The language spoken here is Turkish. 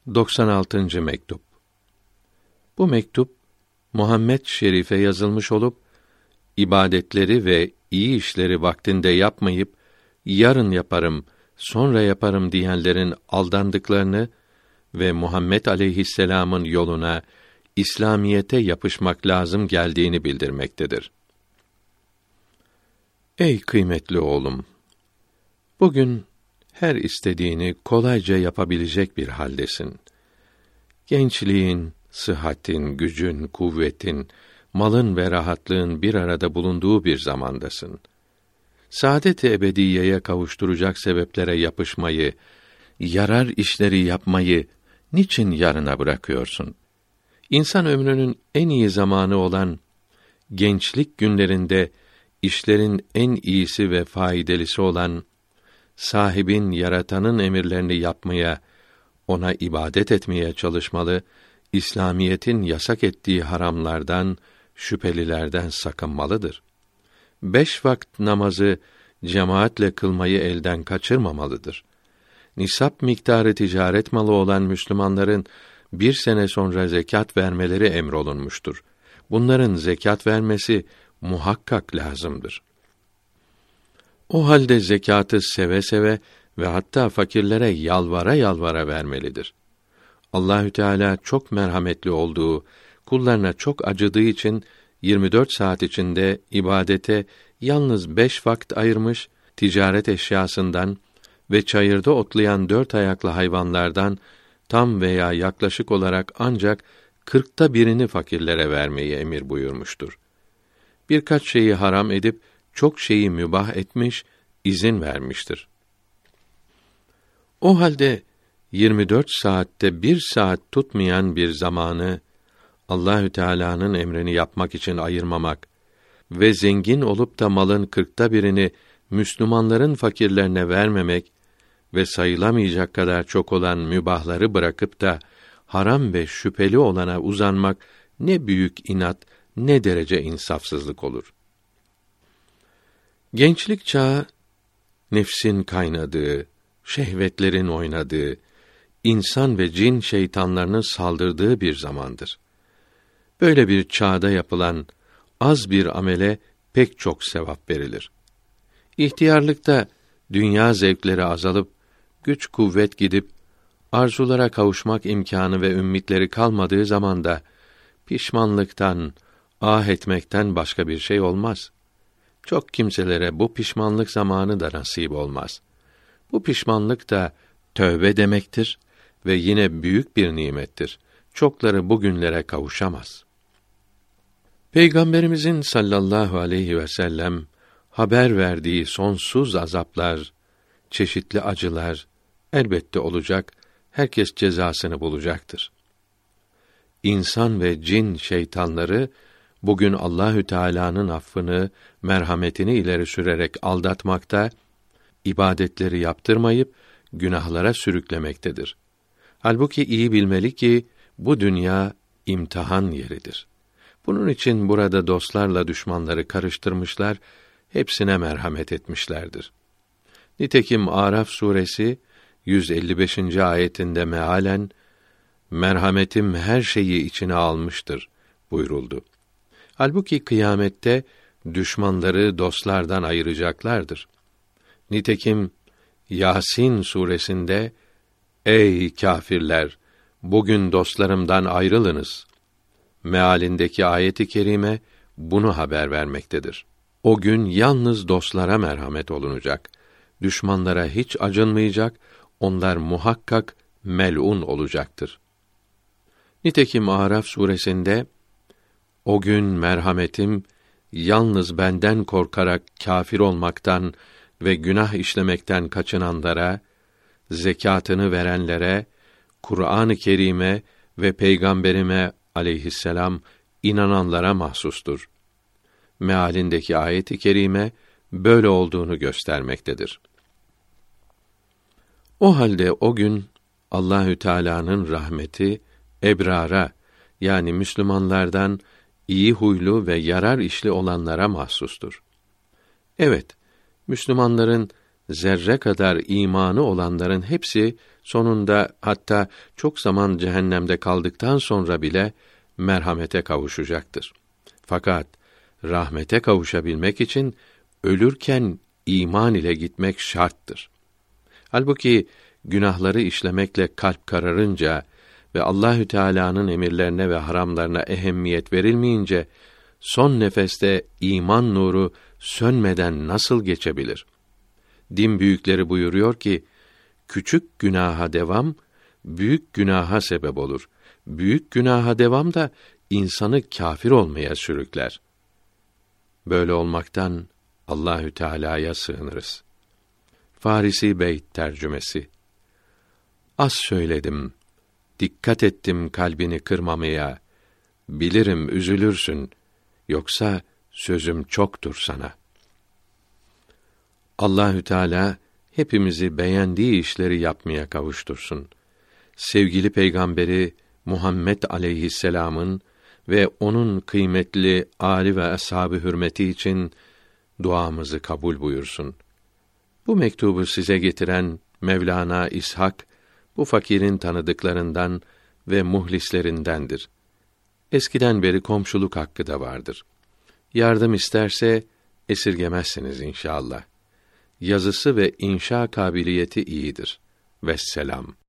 96. mektup. Bu mektup Muhammed Şerif'e yazılmış olup ibadetleri ve iyi işleri vaktinde yapmayıp yarın yaparım, sonra yaparım diyenlerin aldandıklarını ve Muhammed aleyhisselam'ın yoluna, İslamiyete yapışmak lazım geldiğini bildirmektedir. Ey kıymetli oğlum! Bugün her istediğini kolayca yapabilecek bir haldesin. Gençliğin, sıhhatin, gücün, kuvvetin, malın ve rahatlığın bir arada bulunduğu bir zamandasın. Saadet-i ebediyeye kavuşturacak sebeplere yapışmayı, yarar işleri yapmayı niçin yarına bırakıyorsun? İnsan ömrünün en iyi zamanı olan gençlik günlerinde işlerin en iyisi ve faydalısı olan sahibin, yaratanın emirlerini yapmaya, ona ibadet etmeye çalışmalı, İslamiyetin yasak ettiği haramlardan, şüphelilerden sakınmalıdır. 5 vakit namazı cemaatle kılmayı elden kaçırmamalıdır. Nisap miktarı ticaret malı olan Müslümanların 1 sene sonra zekat vermeleri emrolunmuştur. Bunların zekat vermesi muhakkak lazımdır. O halde zekatı seve seve ve hatta fakirlere yalvara yalvara vermelidir. Allahü Teala çok merhametli olduğu, kullarına çok acıdığı için 24 saat içinde ibadete yalnız 5 vakit ayırmış, ticaret eşyasından ve çayırda otlayan 4 ayaklı hayvanlardan tam veya yaklaşık olarak ancak 40'ta birini fakirlere vermeyi emir buyurmuştur. Birkaç şeyi haram edip çok şeyi mübah etmiş, izin vermiştir. O halde 24 saatte 1 saat tutmayan bir zamanı Allahü Teala'nın emrini yapmak için ayırmamak ve zengin olup da malın 40'ta birini Müslümanların fakirlerine vermemek ve sayılamayacak kadar çok olan mübahları bırakıp da haram ve şüpheli olana uzanmak ne büyük inat, ne derece insafsızlık olur. Gençlik çağı nefsin kaynadığı, şehvetlerin oynadığı, insan ve cin şeytanlarının saldırdığı bir zamandır. Böyle bir çağda yapılan az bir amele pek çok sevap verilir. İhtiyarlıkta dünya zevkleri azalıp güç kuvvet gidip arzulara kavuşmak imkanı ve ümitleri kalmadığı zamanda pişmanlıktan, ah etmekten başka bir şey olmaz. Çok kimselere bu pişmanlık zamanı da nasip olmaz. Bu pişmanlık da tövbe demektir ve yine büyük bir nimettir. Çokları bugünlere kavuşamaz. Peygamberimizin sallallahu aleyhi ve sellem haber verdiği sonsuz azaplar, çeşitli acılar elbette olacak, herkes cezasını bulacaktır. İnsan ve cin şeytanları bugün Allahü Teala'nın affını, merhametini ileri sürerek aldatmakta, ibadetleri yaptırmayıp günahlara sürüklemektedir. Halbuki iyi bilmeli ki bu dünya imtihan yeridir. Bunun için burada dostlarla düşmanları karıştırmışlar, hepsine merhamet etmişlerdir. Nitekim Araf suresi 155. ayetinde mealen merhametim her şeyi içine almıştır buyuruldu. Halbuki kıyamette düşmanları dostlardan ayıracaklardır. Nitekim Yasin suresinde ey kâfirler, bugün dostlarımdan ayrılınız mealindeki ayet-i kerime bunu haber vermektedir. O gün yalnız dostlara merhamet olunacak. Düşmanlara hiç acınmayacak, onlar muhakkak mel'un olacaktır. Nitekim Araf suresinde o gün merhametim yalnız benden korkarak kâfir olmaktan ve günah işlemekten kaçınanlara, zekatını verenlere, Kur'an-ı Kerim'e ve Peygamberime aleyhisselam inananlara mahsustur. Mealindeki ayet-i kerime böyle olduğunu göstermektedir. O halde o gün Allahü Teala'nın rahmeti ebrara, yani Müslümanlardan iyi huylu ve yarar işli olanlara mahsustur. Evet, Müslümanların zerre kadar imanı olanların hepsi sonunda, hatta çok zaman cehennemde kaldıktan sonra bile merhamete kavuşacaktır. Fakat rahmete kavuşabilmek için ölürken iman ile gitmek şarttır. Halbuki günahları işlemekle kalp kararınca ve Allahü Teala'nın emirlerine ve haramlarına ehemmiyet verilmeyince son nefeste iman nuru sönmeden nasıl geçebilir? Din büyükleri buyuruyor ki, küçük günaha devam büyük günaha sebep olur. Büyük günaha devam da insanı kâfir olmaya sürükler. Böyle olmaktan Allahü Teala'ya sığınırız. Farisi Beyt tercümesi. Az söyledim, dikkat ettim kalbini kırmamaya. Bilirim üzülürsün, yoksa sözüm çoktur sana. Allahü Teala hepimizi beğendiği işleri yapmaya kavuştursun. Sevgili peygamberi Muhammed aleyhisselam'ın ve onun kıymetli âli ve ashab-ı hürmeti için duamızı kabul buyursun. Bu mektubu size getiren Mevlana İshak, bu fakirin tanıdıklarından ve muhlislerindendir. Eskiden beri komşuluk hakkı da vardır. Yardım isterse esirgemezsiniz inşallah. Yazısı ve inşa kabiliyeti iyidir. Vesselam.